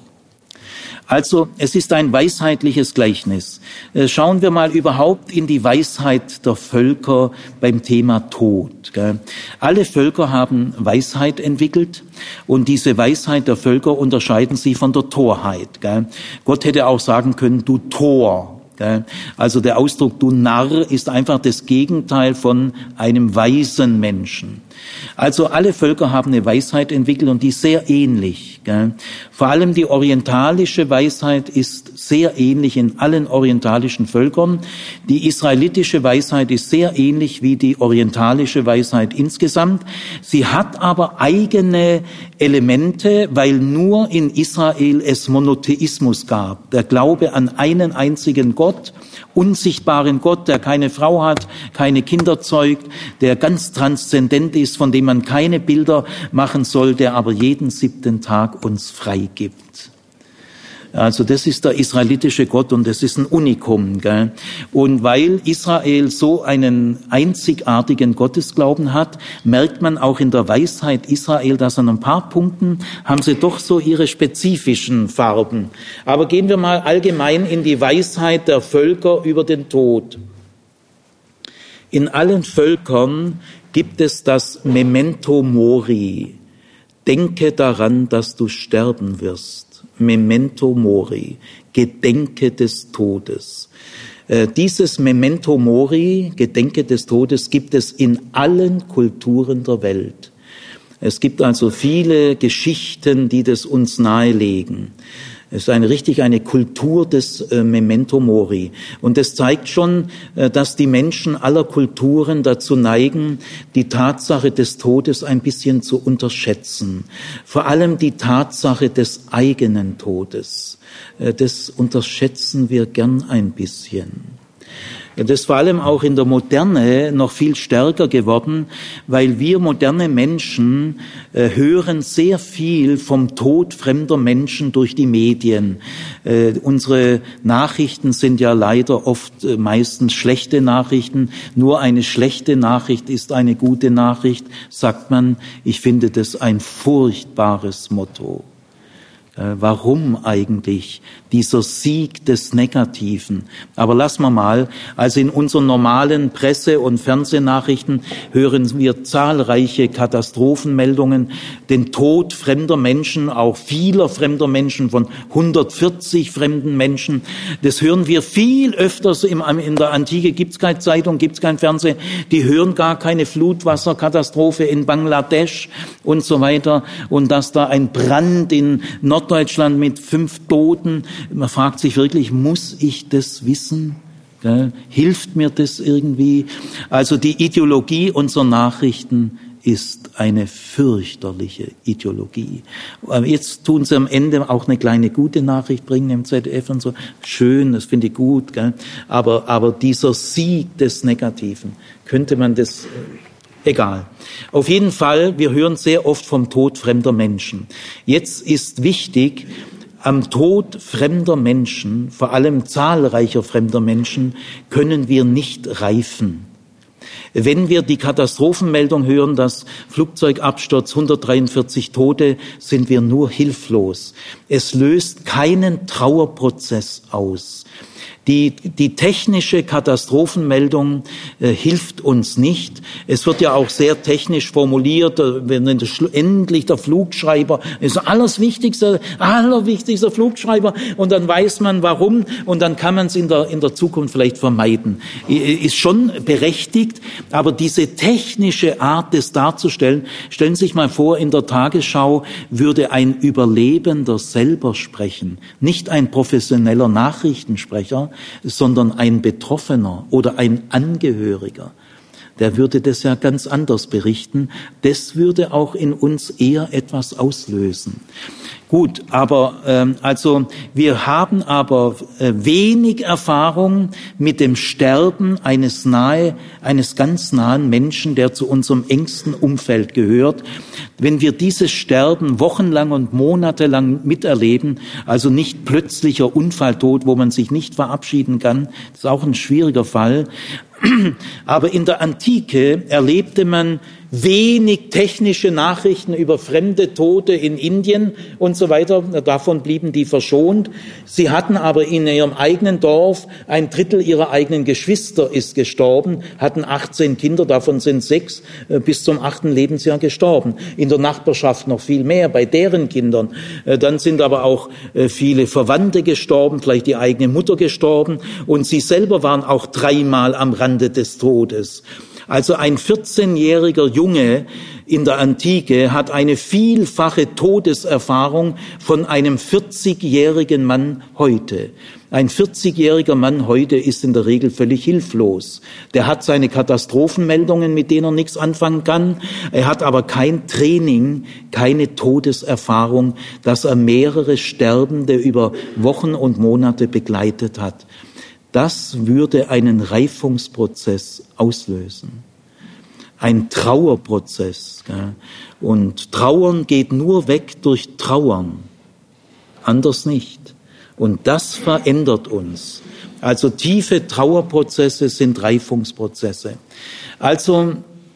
Speaker 1: Also, es ist ein weisheitliches Gleichnis. Schauen wir mal überhaupt in die Weisheit der Völker beim Thema Tod. Alle Völker haben Weisheit entwickelt und diese Weisheit der Völker unterscheiden sie von der Torheit. Gott hätte auch sagen können, du Tor. Also der Ausdruck du Narr ist einfach das Gegenteil von einem weisen Menschen. Also alle Völker haben eine Weisheit entwickelt und die ist sehr ähnlich. Vor allem die orientalische Weisheit ist sehr ähnlich in allen orientalischen Völkern. Die israelitische Weisheit ist sehr ähnlich wie die orientalische Weisheit insgesamt. Sie hat aber eigene Elemente, weil nur in Israel es Monotheismus gab. Der Glaube an einen einzigen Gott, unsichtbaren Gott, der keine Frau hat, keine Kinder zeugt, der ganz transzendent ist, von dem man keine Bilder machen soll, der aber jeden 7. Tag uns freigibt. Also das ist der israelitische Gott und das ist ein Unikum. Gell? Und weil Israel so einen einzigartigen Gottesglauben hat, merkt man auch in der Weisheit Israel, dass an ein paar Punkten haben sie doch so ihre spezifischen Farben. Aber gehen wir mal allgemein in die Weisheit der Völker über den Tod. In allen Völkern gibt es das Memento Mori. Denke daran, dass du sterben wirst. Memento Mori, Gedenke des Todes. Dieses Memento Mori, Gedenke des Todes, gibt es in allen Kulturen der Welt. Es gibt also viele Geschichten, die das uns nahelegen. Es ist eine Kultur des Memento Mori. Und das zeigt schon, dass die Menschen aller Kulturen dazu neigen, die Tatsache des Todes ein bisschen zu unterschätzen. Vor allem die Tatsache des eigenen Todes. Das unterschätzen wir gern ein bisschen. Das ist vor allem auch in der Moderne noch viel stärker geworden, weil wir moderne Menschen hören sehr viel vom Tod fremder Menschen durch die Medien. Unsere Nachrichten sind ja leider oft meistens schlechte Nachrichten. Nur eine schlechte Nachricht ist eine gute Nachricht, sagt man. Ich finde das ein furchtbares Motto. Warum eigentlich dieser Sieg des Negativen? Aber lassen wir mal, also in unseren normalen Presse- und Fernsehnachrichten hören wir zahlreiche Katastrophenmeldungen, den Tod fremder Menschen, auch vieler fremder Menschen, von 140 fremden Menschen. Das hören wir viel öfters. In der Antike gibt's keine Zeitung, gibt's kein Fernsehen. Die hören gar keine Flutwasserkatastrophe in Bangladesch und so weiter. Und dass da ein Brand in Nordafrika Norddeutschland mit 5 Toten. Man fragt sich wirklich, muss ich das wissen? Hilft mir das irgendwie? Also die Ideologie unserer Nachrichten ist eine fürchterliche Ideologie. Jetzt tun sie am Ende auch eine kleine gute Nachricht bringen im ZDF und so. Schön, das finde ich gut. Aber dieser Sieg des Negativen, könnte man das... Egal. Auf jeden Fall, wir hören sehr oft vom Tod fremder Menschen. Jetzt ist wichtig, am Tod fremder Menschen, vor allem zahlreicher fremder Menschen, können wir nicht reifen. Wenn wir die Katastrophenmeldung hören, dass Flugzeugabsturz, 143 Tote, sind wir nur hilflos. Es löst keinen Trauerprozess aus. Die technische Katastrophenmeldung hilft uns nicht. Es wird ja auch sehr technisch formuliert, wenn endlich der Flugschreiber ist allerwichtigster Flugschreiber, und dann weiß man warum, und dann kann man es in der Zukunft vielleicht vermeiden. Ist schon berechtigt, aber diese technische Art, das darzustellen, stellen Sie sich mal vor, in der Tagesschau würde ein Überlebender selber sprechen, nicht ein professioneller Nachrichtensprecher, sondern ein Betroffener oder ein Angehöriger. Der würde das ja ganz anders berichten. Das würde auch in uns eher etwas auslösen. Gut, aber also wir haben aber wenig Erfahrung mit dem Sterben eines ganz nahen Menschen, der zu unserem engsten Umfeld gehört. Wenn wir dieses Sterben wochenlang und monatelang miterleben, also nicht plötzlicher Unfalltod, wo man sich nicht verabschieden kann, das ist auch ein schwieriger Fall. Aber in der Antike erlebte man wenig technische Nachrichten über fremde Tote in Indien und so weiter. Davon blieben die verschont. Sie hatten aber in ihrem eigenen Dorf 1/3 ihrer eigenen Geschwister ist gestorben, hatten 18 Kinder, davon sind 6 bis zum 8. Lebensjahr gestorben. In der Nachbarschaft noch viel mehr, bei deren Kindern. Dann sind aber auch viele Verwandte gestorben, vielleicht die eigene Mutter gestorben, und sie selber waren auch 3-mal am Rande des Todes. Also ein 14-jähriger Junge in der Antike hat eine vielfache Todeserfahrung von einem 40-jährigen Mann heute. Ein 40-jähriger Mann heute ist in der Regel völlig hilflos. Der hat seine Katastrophenmeldungen, mit denen er nichts anfangen kann. Er hat aber kein Training, keine Todeserfahrung, dass er mehrere Sterbende über Wochen und Monate begleitet hat. Das würde einen Reifungsprozess auslösen. Ein Trauerprozess. Und Trauern geht nur weg durch Trauern. Anders nicht. Und das verändert uns. Also tiefe Trauerprozesse sind Reifungsprozesse. Also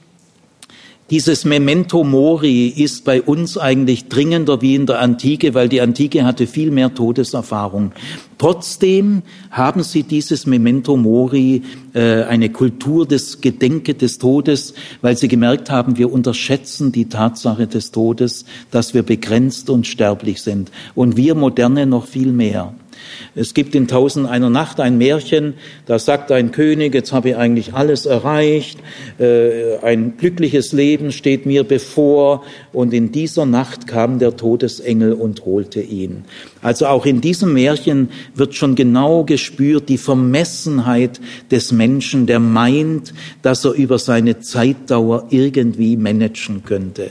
Speaker 1: dieses Memento Mori ist bei uns eigentlich dringender wie in der Antike, weil die Antike hatte viel mehr Todeserfahrung. Trotzdem haben sie dieses Memento Mori, eine Kultur des Gedenke des Todes, weil sie gemerkt haben, wir unterschätzen die Tatsache des Todes, dass wir begrenzt und sterblich sind. Und wir Moderne noch viel mehr. Es gibt in 1001 Nacht ein Märchen, da sagt ein König, jetzt habe ich eigentlich alles erreicht, ein glückliches Leben steht mir bevor, und in dieser Nacht kam der Todesengel und holte ihn. Also auch in diesem Märchen wird schon genau gespürt die Vermessenheit des Menschen, der meint, dass er über seine Zeitdauer irgendwie managen könnte.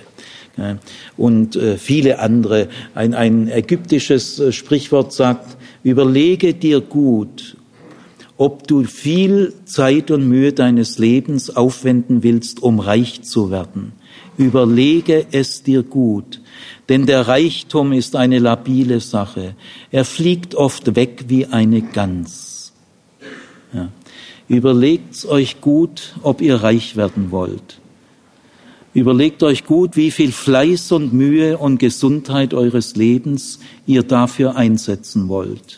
Speaker 1: Und viele andere. Ein ägyptisches Sprichwort sagt: Überlege dir gut, ob du viel Zeit und Mühe deines Lebens aufwenden willst, um reich zu werden. Überlege es dir gut, denn der Reichtum ist eine labile Sache. Er fliegt oft weg wie eine Gans. Ja. Überlegt's euch gut, ob ihr reich werden wollt. Überlegt euch gut, wie viel Fleiß und Mühe und Gesundheit eures Lebens ihr dafür einsetzen wollt.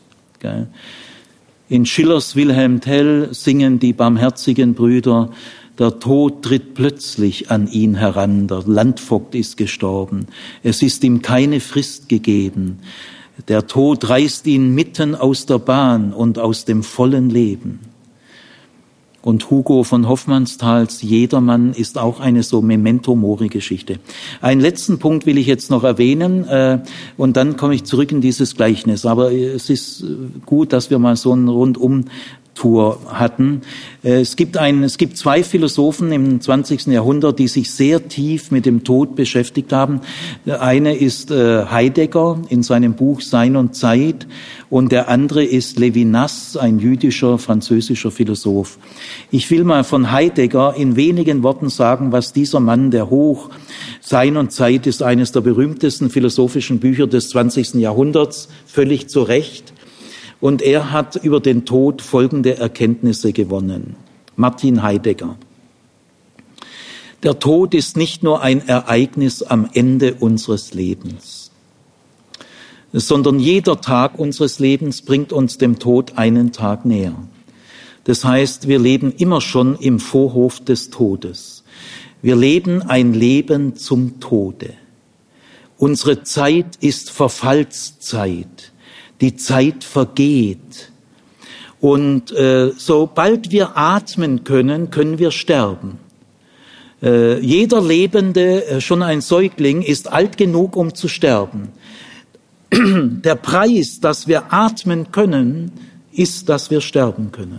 Speaker 1: In Schillers Wilhelm Tell singen die barmherzigen Brüder: Der Tod tritt plötzlich an ihn heran, der Landvogt ist gestorben, es ist ihm keine Frist gegeben. Der Tod reißt ihn mitten aus der Bahn und aus dem vollen Leben. Und Hugo von Hofmannsthals Jedermann ist auch eine so Memento-Mori-Geschichte. Einen letzten Punkt will ich jetzt noch erwähnen, und dann komme ich zurück in dieses Gleichnis. Aber es ist gut, dass wir mal so einen Rundum-Tour hatten. Es gibt zwei Philosophen im 20. Jahrhundert, die sich sehr tief mit dem Tod beschäftigt haben. Der eine ist Heidegger in seinem Buch Sein und Zeit, und der andere ist Levinas, ein jüdischer, französischer Philosoph. Ich will mal von Heidegger in wenigen Worten sagen, was dieser Mann, der Sein und Zeit ist eines der berühmtesten philosophischen Bücher des 20. Jahrhunderts, völlig zu Recht. Und er hat über den Tod folgende Erkenntnisse gewonnen. Martin Heidegger. Der Tod ist nicht nur ein Ereignis am Ende unseres Lebens, sondern jeder Tag unseres Lebens bringt uns dem Tod einen Tag näher. Das heißt, wir leben immer schon im Vorhof des Todes. Wir leben ein Leben zum Tode. Unsere Zeit ist Verfallszeit. Die Zeit vergeht. Und sobald wir atmen können, können wir sterben. Jeder Lebende, schon ein Säugling, ist alt genug, um zu sterben. Der Preis, dass wir atmen können, ist, dass wir sterben können.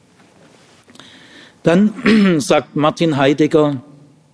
Speaker 1: Dann sagt Martin Heidegger,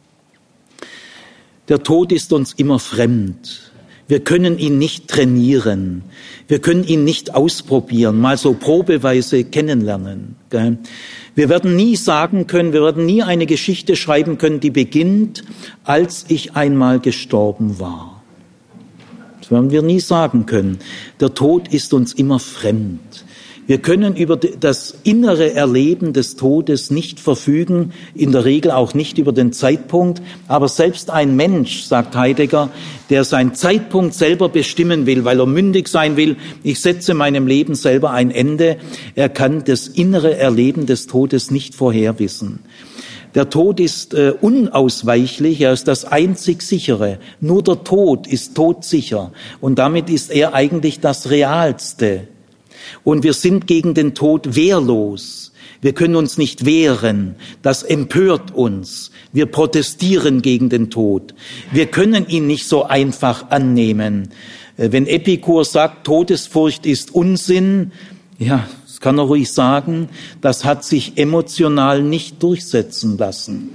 Speaker 1: der Tod ist uns immer fremd. Wir können ihn nicht trainieren. Wir können ihn nicht ausprobieren, mal so probeweise kennenlernen. Gell? Wir werden nie sagen können, wir werden nie eine Geschichte schreiben können, die beginnt, als ich einmal gestorben war. Das werden wir nie sagen können. Der Tod ist uns immer fremd. Wir können über das innere Erleben des Todes nicht verfügen, in der Regel auch nicht über den Zeitpunkt. Aber selbst ein Mensch, sagt Heidegger, der seinen Zeitpunkt selber bestimmen will, weil er mündig sein will, ich setze meinem Leben selber ein Ende, er kann das innere Erleben des Todes nicht vorherwissen. Der Tod ist unausweichlich, er ist das einzig Sichere. Nur der Tod ist todsicher und damit ist er eigentlich das Realste. Und wir sind gegen den Tod wehrlos. Wir können uns nicht wehren. Das empört uns. Wir protestieren gegen den Tod. Wir können ihn nicht so einfach annehmen. Wenn Epikur sagt, Todesfurcht ist Unsinn, ja, das kann er ruhig sagen, das hat sich emotional nicht durchsetzen lassen.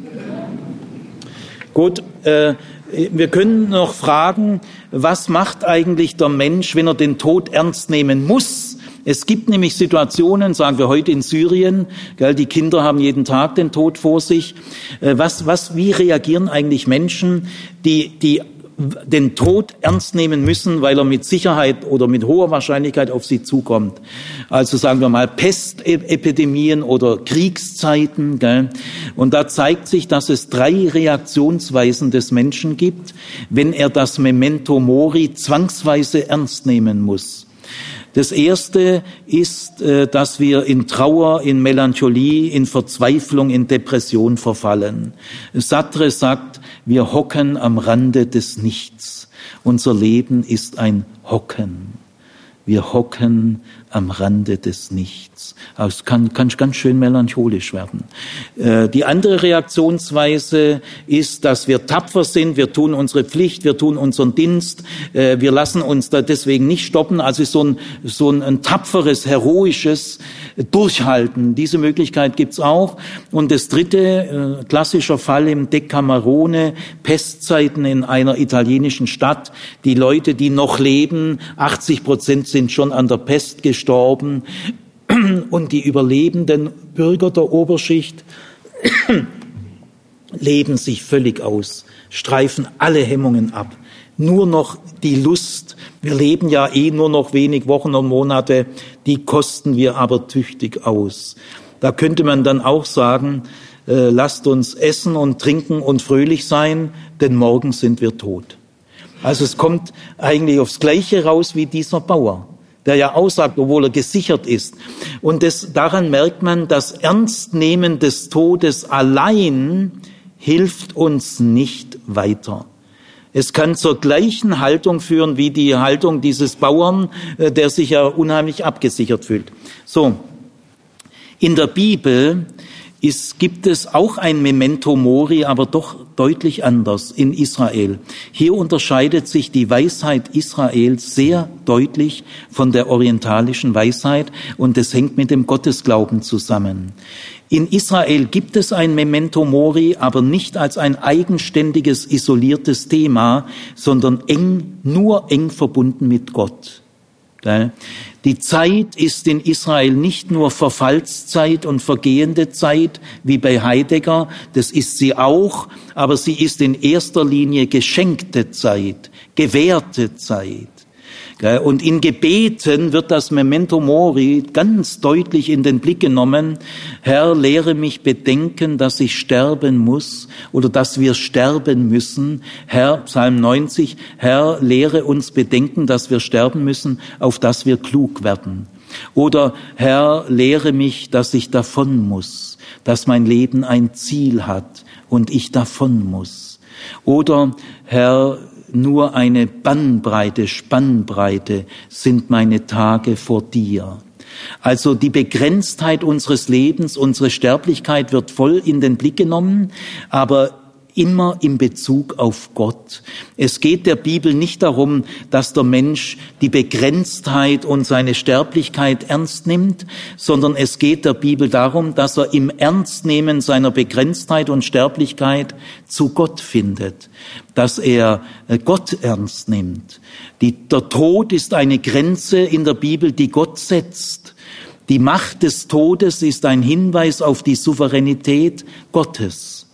Speaker 1: Gut, wir können noch fragen, was macht eigentlich der Mensch, wenn er den Tod ernst nehmen muss? Es gibt nämlich Situationen, sagen wir heute in Syrien, die Kinder haben jeden Tag den Tod vor sich. Wie reagieren eigentlich Menschen, die den Tod ernst nehmen müssen, weil er mit Sicherheit oder mit hoher Wahrscheinlichkeit auf sie zukommt? Also sagen wir mal Pestepidemien oder Kriegszeiten. Und da zeigt sich, dass es 3 Reaktionsweisen des Menschen gibt, wenn er das Memento Mori zwangsweise ernst nehmen muss. Das erste ist, dass wir in Trauer, in Melancholie, in Verzweiflung, in Depression verfallen. Sartre sagt, wir hocken am Rande des Nichts. Unser Leben ist ein Hocken. Wir hocken am Rande des Nichts. Es kann ganz schön melancholisch werden. Die andere Reaktionsweise ist, dass wir tapfer sind, wir tun unsere Pflicht, wir tun unseren Dienst, wir lassen uns da deswegen nicht stoppen. Also so ein tapferes, heroisches Durchhalten. Diese Möglichkeit gibt's auch. Und das dritte, klassischer Fall im Decamerone, Pestzeiten in einer italienischen Stadt. Die Leute, die noch leben, 80% sind schon an der Pest gestorben. Und die überlebenden Bürger der Oberschicht leben sich völlig aus, streifen alle Hemmungen ab. Nur noch die Lust, wir leben ja nur noch wenig Wochen und Monate, die kosten wir aber tüchtig aus. Da könnte man dann auch sagen, lasst uns essen und trinken und fröhlich sein, denn morgen sind wir tot. Also es kommt eigentlich aufs Gleiche raus wie dieser Bauer, der ja aussagt, obwohl er gesichert ist. Und daran merkt man, das Ernstnehmen des Todes allein hilft uns nicht weiter. Es kann zur gleichen Haltung führen wie die Haltung dieses Bauern, der sich ja unheimlich abgesichert fühlt. So, in der Bibel gibt es auch ein Memento Mori, aber doch deutlich anders in Israel. Hier unterscheidet sich die Weisheit Israels sehr deutlich von der orientalischen Weisheit und es hängt mit dem Gottesglauben zusammen. In Israel gibt es ein Memento Mori, aber nicht als ein eigenständiges, isoliertes Thema, sondern nur eng verbunden mit Gott. Die Zeit ist in Israel nicht nur Verfallszeit und vergehende Zeit wie bei Heidegger, das ist sie auch, aber sie ist in erster Linie geschenkte Zeit, gewährte Zeit. Und in Gebeten wird das Memento Mori ganz deutlich in den Blick genommen. Herr, lehre mich bedenken, dass ich sterben muss oder dass wir sterben müssen. Herr, Psalm 90, Herr, lehre uns bedenken, dass wir sterben müssen, auf dass wir klug werden. Oder Herr, lehre mich, dass ich davon muss, dass mein Leben ein Ziel hat und ich davon muss. Oder Herr, nur eine Spannbreite sind meine Tage vor dir. Also die Begrenztheit unseres Lebens, unsere Sterblichkeit wird voll in den Blick genommen, aber immer in Bezug auf Gott. Es geht der Bibel nicht darum, dass der Mensch die Begrenztheit und seine Sterblichkeit ernst nimmt, sondern es geht der Bibel darum, dass er im Ernstnehmen seiner Begrenztheit und Sterblichkeit zu Gott findet, dass er Gott ernst nimmt. Der Tod ist eine Grenze in der Bibel, die Gott setzt. Die Macht des Todes ist ein Hinweis auf die Souveränität Gottes.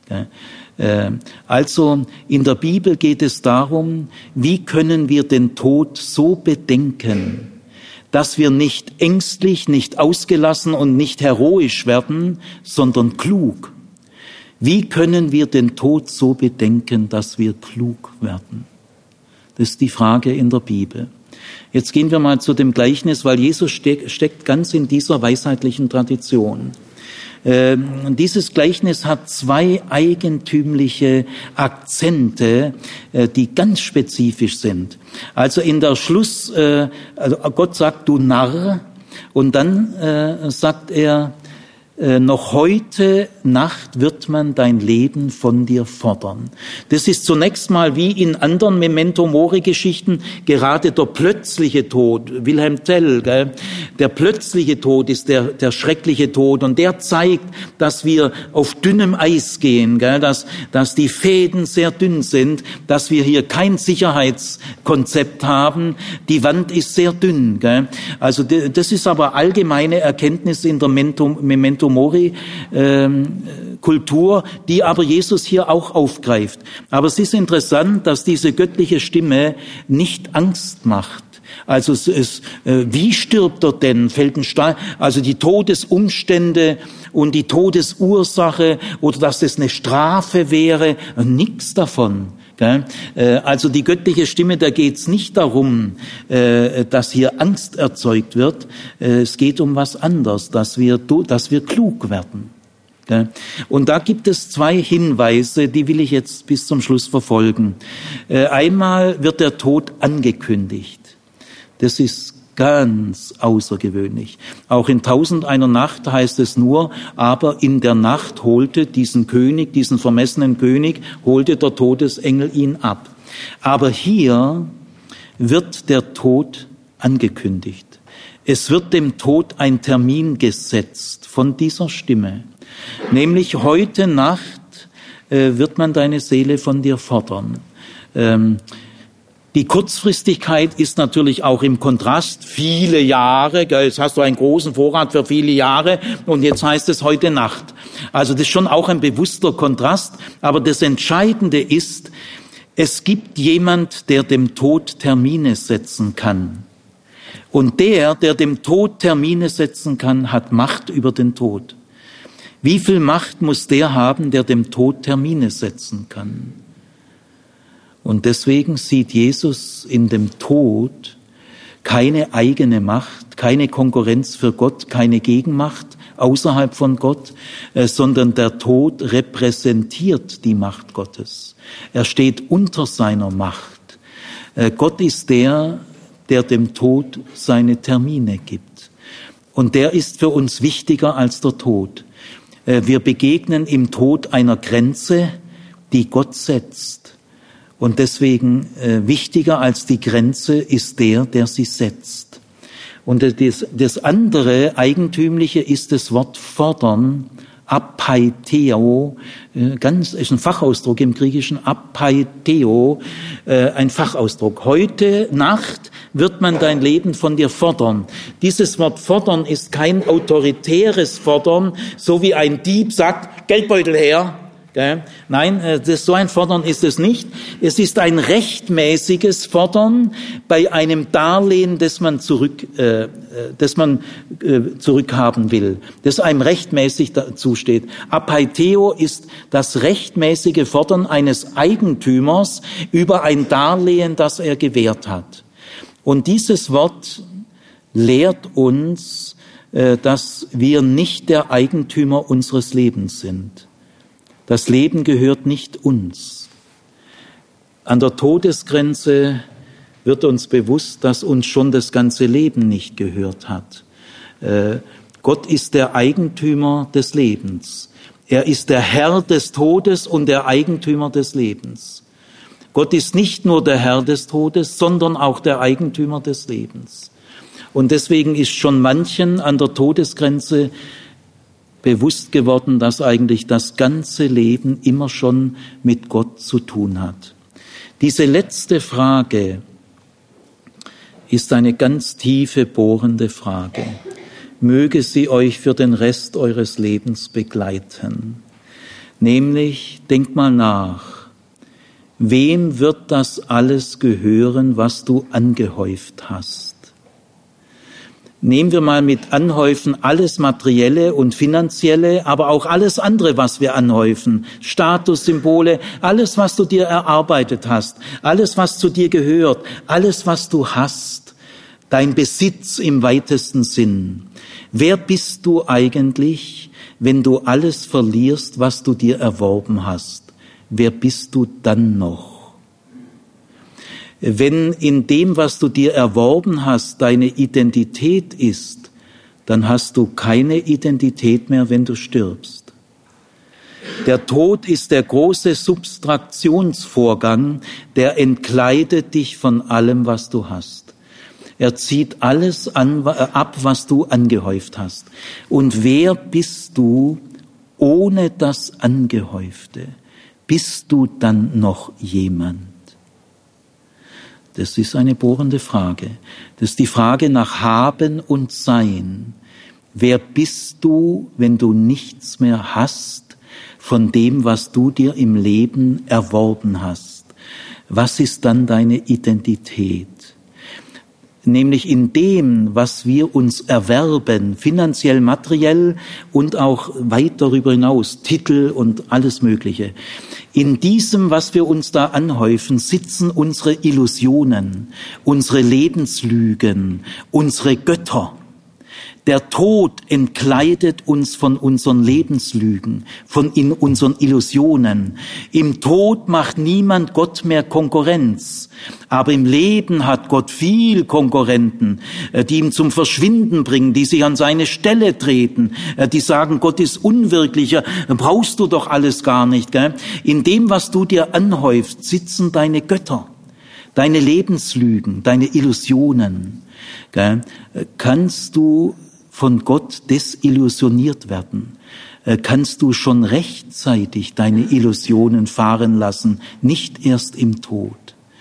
Speaker 1: Also in der Bibel geht es darum, wie können wir den Tod so bedenken, dass wir nicht ängstlich, nicht ausgelassen und nicht heroisch werden, sondern klug. Wie können wir den Tod so bedenken, dass wir klug werden? Das ist die Frage in der Bibel. Jetzt gehen wir mal zu dem Gleichnis, weil Jesus steckt ganz in dieser weisheitlichen Tradition. Dieses Gleichnis hat zwei eigentümliche Akzente, die ganz spezifisch sind. Also in der also Gott sagt, du Narr, und dann sagt er, noch heute Nacht wird man dein Leben von dir fordern. Das ist zunächst mal wie in anderen Memento-Mori-Geschichten gerade der plötzliche Tod. Wilhelm Tell, gell? Der plötzliche Tod ist der schreckliche Tod und der zeigt, dass wir auf dünnem Eis gehen, gell? Dass die Fäden sehr dünn sind, dass wir hier kein Sicherheitskonzept haben. Die Wand ist sehr dünn, gell? Also das ist aber allgemeine Erkenntnis in der Memento Mori Kultur, die aber Jesus hier auch aufgreift. Aber es ist interessant, dass diese göttliche Stimme nicht Angst macht. Also wie stirbt er denn? Fällt ein Stein? Also die Todesumstände und die Todesursache oder dass das eine Strafe wäre, nichts davon. Also die göttliche Stimme, da geht es nicht darum, dass hier Angst erzeugt wird. Es geht um was anderes, dass wir klug werden. Und da gibt es zwei Hinweise, die will ich jetzt bis zum Schluss verfolgen. Einmal wird der Tod angekündigt. Das ist ganz außergewöhnlich. Auch in 1001 Nacht heißt es nur, aber in der Nacht holte diesen vermessenen König, holte der Todesengel ihn ab. Aber hier wird der Tod angekündigt. Es wird dem Tod ein Termin gesetzt von dieser Stimme. Nämlich heute Nacht wird man deine Seele von dir fordern. Die Kurzfristigkeit ist natürlich auch im Kontrast. Viele Jahre, jetzt hast du einen großen Vorrat für viele Jahre und jetzt heißt es heute Nacht. Also das ist schon auch ein bewusster Kontrast. Aber das Entscheidende ist, es gibt jemand, der dem Tod Termine setzen kann. Und der dem Tod Termine setzen kann, hat Macht über den Tod. Wie viel Macht muss der haben, der dem Tod Termine setzen kann? Und deswegen sieht Jesus in dem Tod keine eigene Macht, keine Konkurrenz für Gott, keine Gegenmacht außerhalb von Gott, sondern der Tod repräsentiert die Macht Gottes. Er steht unter seiner Macht. Gott ist der dem Tod seine Termine gibt. Und der ist für uns wichtiger als der Tod. Wir begegnen im Tod einer Grenze, die Gott setzt. Und deswegen wichtiger als die Grenze ist der sie setzt. Und das andere Eigentümliche ist das Wort fordern, apaiteo, ist ein Fachausdruck im Griechischen, apaiteo, ein Fachausdruck. Heute Nacht wird man dein Leben von dir fordern. Dieses Wort fordern ist kein autoritäres Fordern, so wie ein Dieb sagt, Geldbeutel her. Nein, so ein Fordern ist es nicht. Es ist ein rechtmäßiges Fordern bei einem Darlehen, das man zurückhaben will, das einem rechtmäßig zusteht. Apaiteo ist das rechtmäßige Fordern eines Eigentümers über ein Darlehen, das er gewährt hat. Und dieses Wort lehrt uns, dass wir nicht der Eigentümer unseres Lebens sind. Das Leben gehört nicht uns. An der Todesgrenze wird uns bewusst, dass uns schon das ganze Leben nicht gehört hat. Gott ist der Eigentümer des Lebens. Er ist der Herr des Todes und der Eigentümer des Lebens. Gott ist nicht nur der Herr des Todes, sondern auch der Eigentümer des Lebens. Und deswegen ist schon manchen an der Todesgrenze bewusst geworden, dass eigentlich das ganze Leben immer schon mit Gott zu tun hat. Diese letzte Frage ist eine ganz tiefe, bohrende Frage. Möge sie euch für den Rest eures Lebens begleiten. Nämlich, denkt mal nach, wem wird das alles gehören, was du angehäuft hast? Nehmen wir mal mit Anhäufen alles Materielle und Finanzielle, aber auch alles andere, was wir anhäufen. Statussymbole, alles, was du dir erarbeitet hast, alles, was zu dir gehört, alles, was du hast, dein Besitz im weitesten Sinn. Wer bist du eigentlich, wenn du alles verlierst, was du dir erworben hast? Wer bist du dann noch? Wenn in dem, was du dir erworben hast, deine Identität ist, dann hast du keine Identität mehr, wenn du stirbst. Der Tod ist der große Substraktionsvorgang, der entkleidet dich von allem, was du hast. Er zieht alles ab, was du angehäuft hast. Und wer bist du ohne das Angehäufte? Bist du dann noch jemand? Das ist eine bohrende Frage. Das ist die Frage nach Haben und Sein. Wer bist du, wenn du nichts mehr hast von dem, was du dir im Leben erworben hast? Was ist dann deine Identität? Nämlich in dem, was wir uns erwerben, finanziell, materiell und auch weit darüber hinaus, Titel und alles Mögliche. In diesem, was wir uns da anhäufen, sitzen unsere Illusionen, unsere Lebenslügen, unsere Götter. Der Tod entkleidet uns von unseren Lebenslügen, von unseren Illusionen. Im Tod macht niemand Gott mehr Konkurrenz. Aber im Leben hat Gott viel Konkurrenten, die ihn zum Verschwinden bringen, die sich an seine Stelle treten, die sagen, Gott ist unwirklicher, brauchst du doch alles gar nicht. Gell? In dem, was du dir anhäufst, sitzen deine Götter, deine Lebenslügen, deine Illusionen. Gell? Kannst du von Gott desillusioniert werden? Kannst du schon rechtzeitig deine Illusionen fahren lassen, nicht erst im Tod?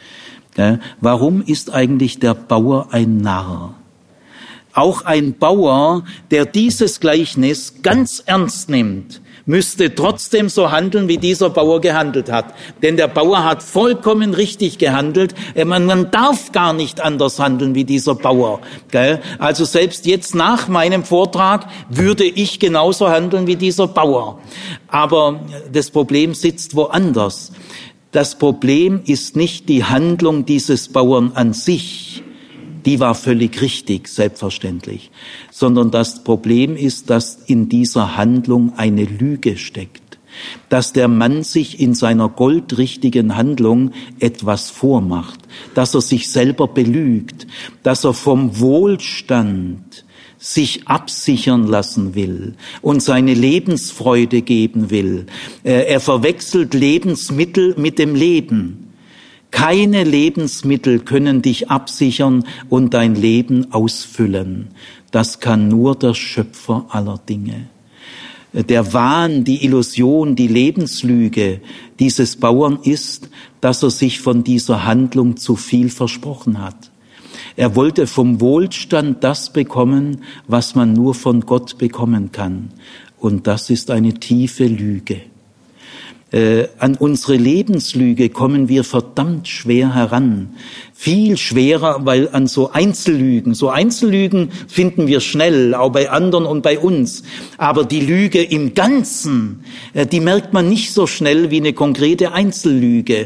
Speaker 1: Warum ist eigentlich der Bauer ein Narr? Auch ein Bauer, der dieses Gleichnis ganz ernst nimmt, müsste trotzdem so handeln, wie dieser Bauer gehandelt hat. Denn der Bauer hat vollkommen richtig gehandelt. Man darf gar nicht anders handeln wie dieser Bauer. Also selbst jetzt nach meinem Vortrag würde ich genauso handeln wie dieser Bauer. Aber das Problem sitzt woanders. Das Problem ist nicht die Handlung dieses Bauern an sich, die war völlig richtig, selbstverständlich, sondern das Problem ist, dass in dieser Handlung eine Lüge steckt, dass der Mann sich in seiner goldrichtigen Handlung etwas vormacht, dass er sich selber belügt, dass er vom Wohlstand sich absichern lassen will und seine Lebensfreude geben will. Er verwechselt Lebensmittel mit dem Leben. Keine Lebensmittel können dich absichern und dein Leben ausfüllen. Das kann nur der Schöpfer aller Dinge. Der Wahn, die Illusion, die Lebenslüge dieses Bauern ist, dass er sich von dieser Handlung zu viel versprochen hat. Er wollte vom Wohlstand das bekommen, was man nur von Gott bekommen kann. Und das ist eine tiefe Lüge. An unsere Lebenslüge kommen wir verdammt schwer heran. Viel schwerer, weil an so Einzellügen finden wir schnell, auch bei anderen und bei uns. Aber die Lüge im Ganzen, die merkt man nicht so schnell wie eine konkrete Einzellüge.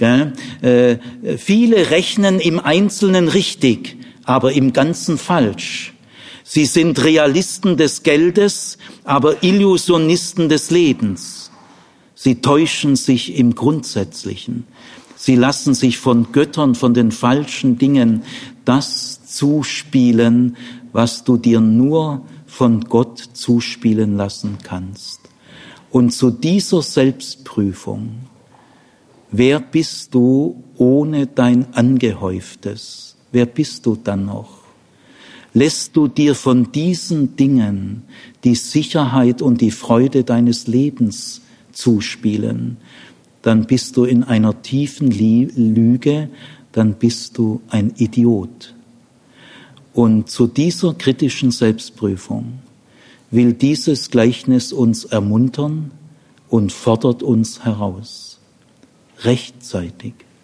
Speaker 1: Viele rechnen im Einzelnen richtig, aber im Ganzen falsch. Sie sind Realisten des Geldes, aber Illusionisten des Lebens. Sie täuschen sich im Grundsätzlichen. Sie lassen sich von Göttern, von den falschen Dingen das zuspielen, was du dir nur von Gott zuspielen lassen kannst. Und zu dieser Selbstprüfung, wer bist du ohne dein Angehäuftes? Wer bist du dann noch? Lässt du dir von diesen Dingen die Sicherheit und die Freude deines Lebens zuspielen, dann bist du in einer tiefen Lüge, dann bist du ein Idiot. Und zu dieser kritischen Selbstprüfung will dieses Gleichnis uns ermuntern und fordert uns heraus. Rechtzeitig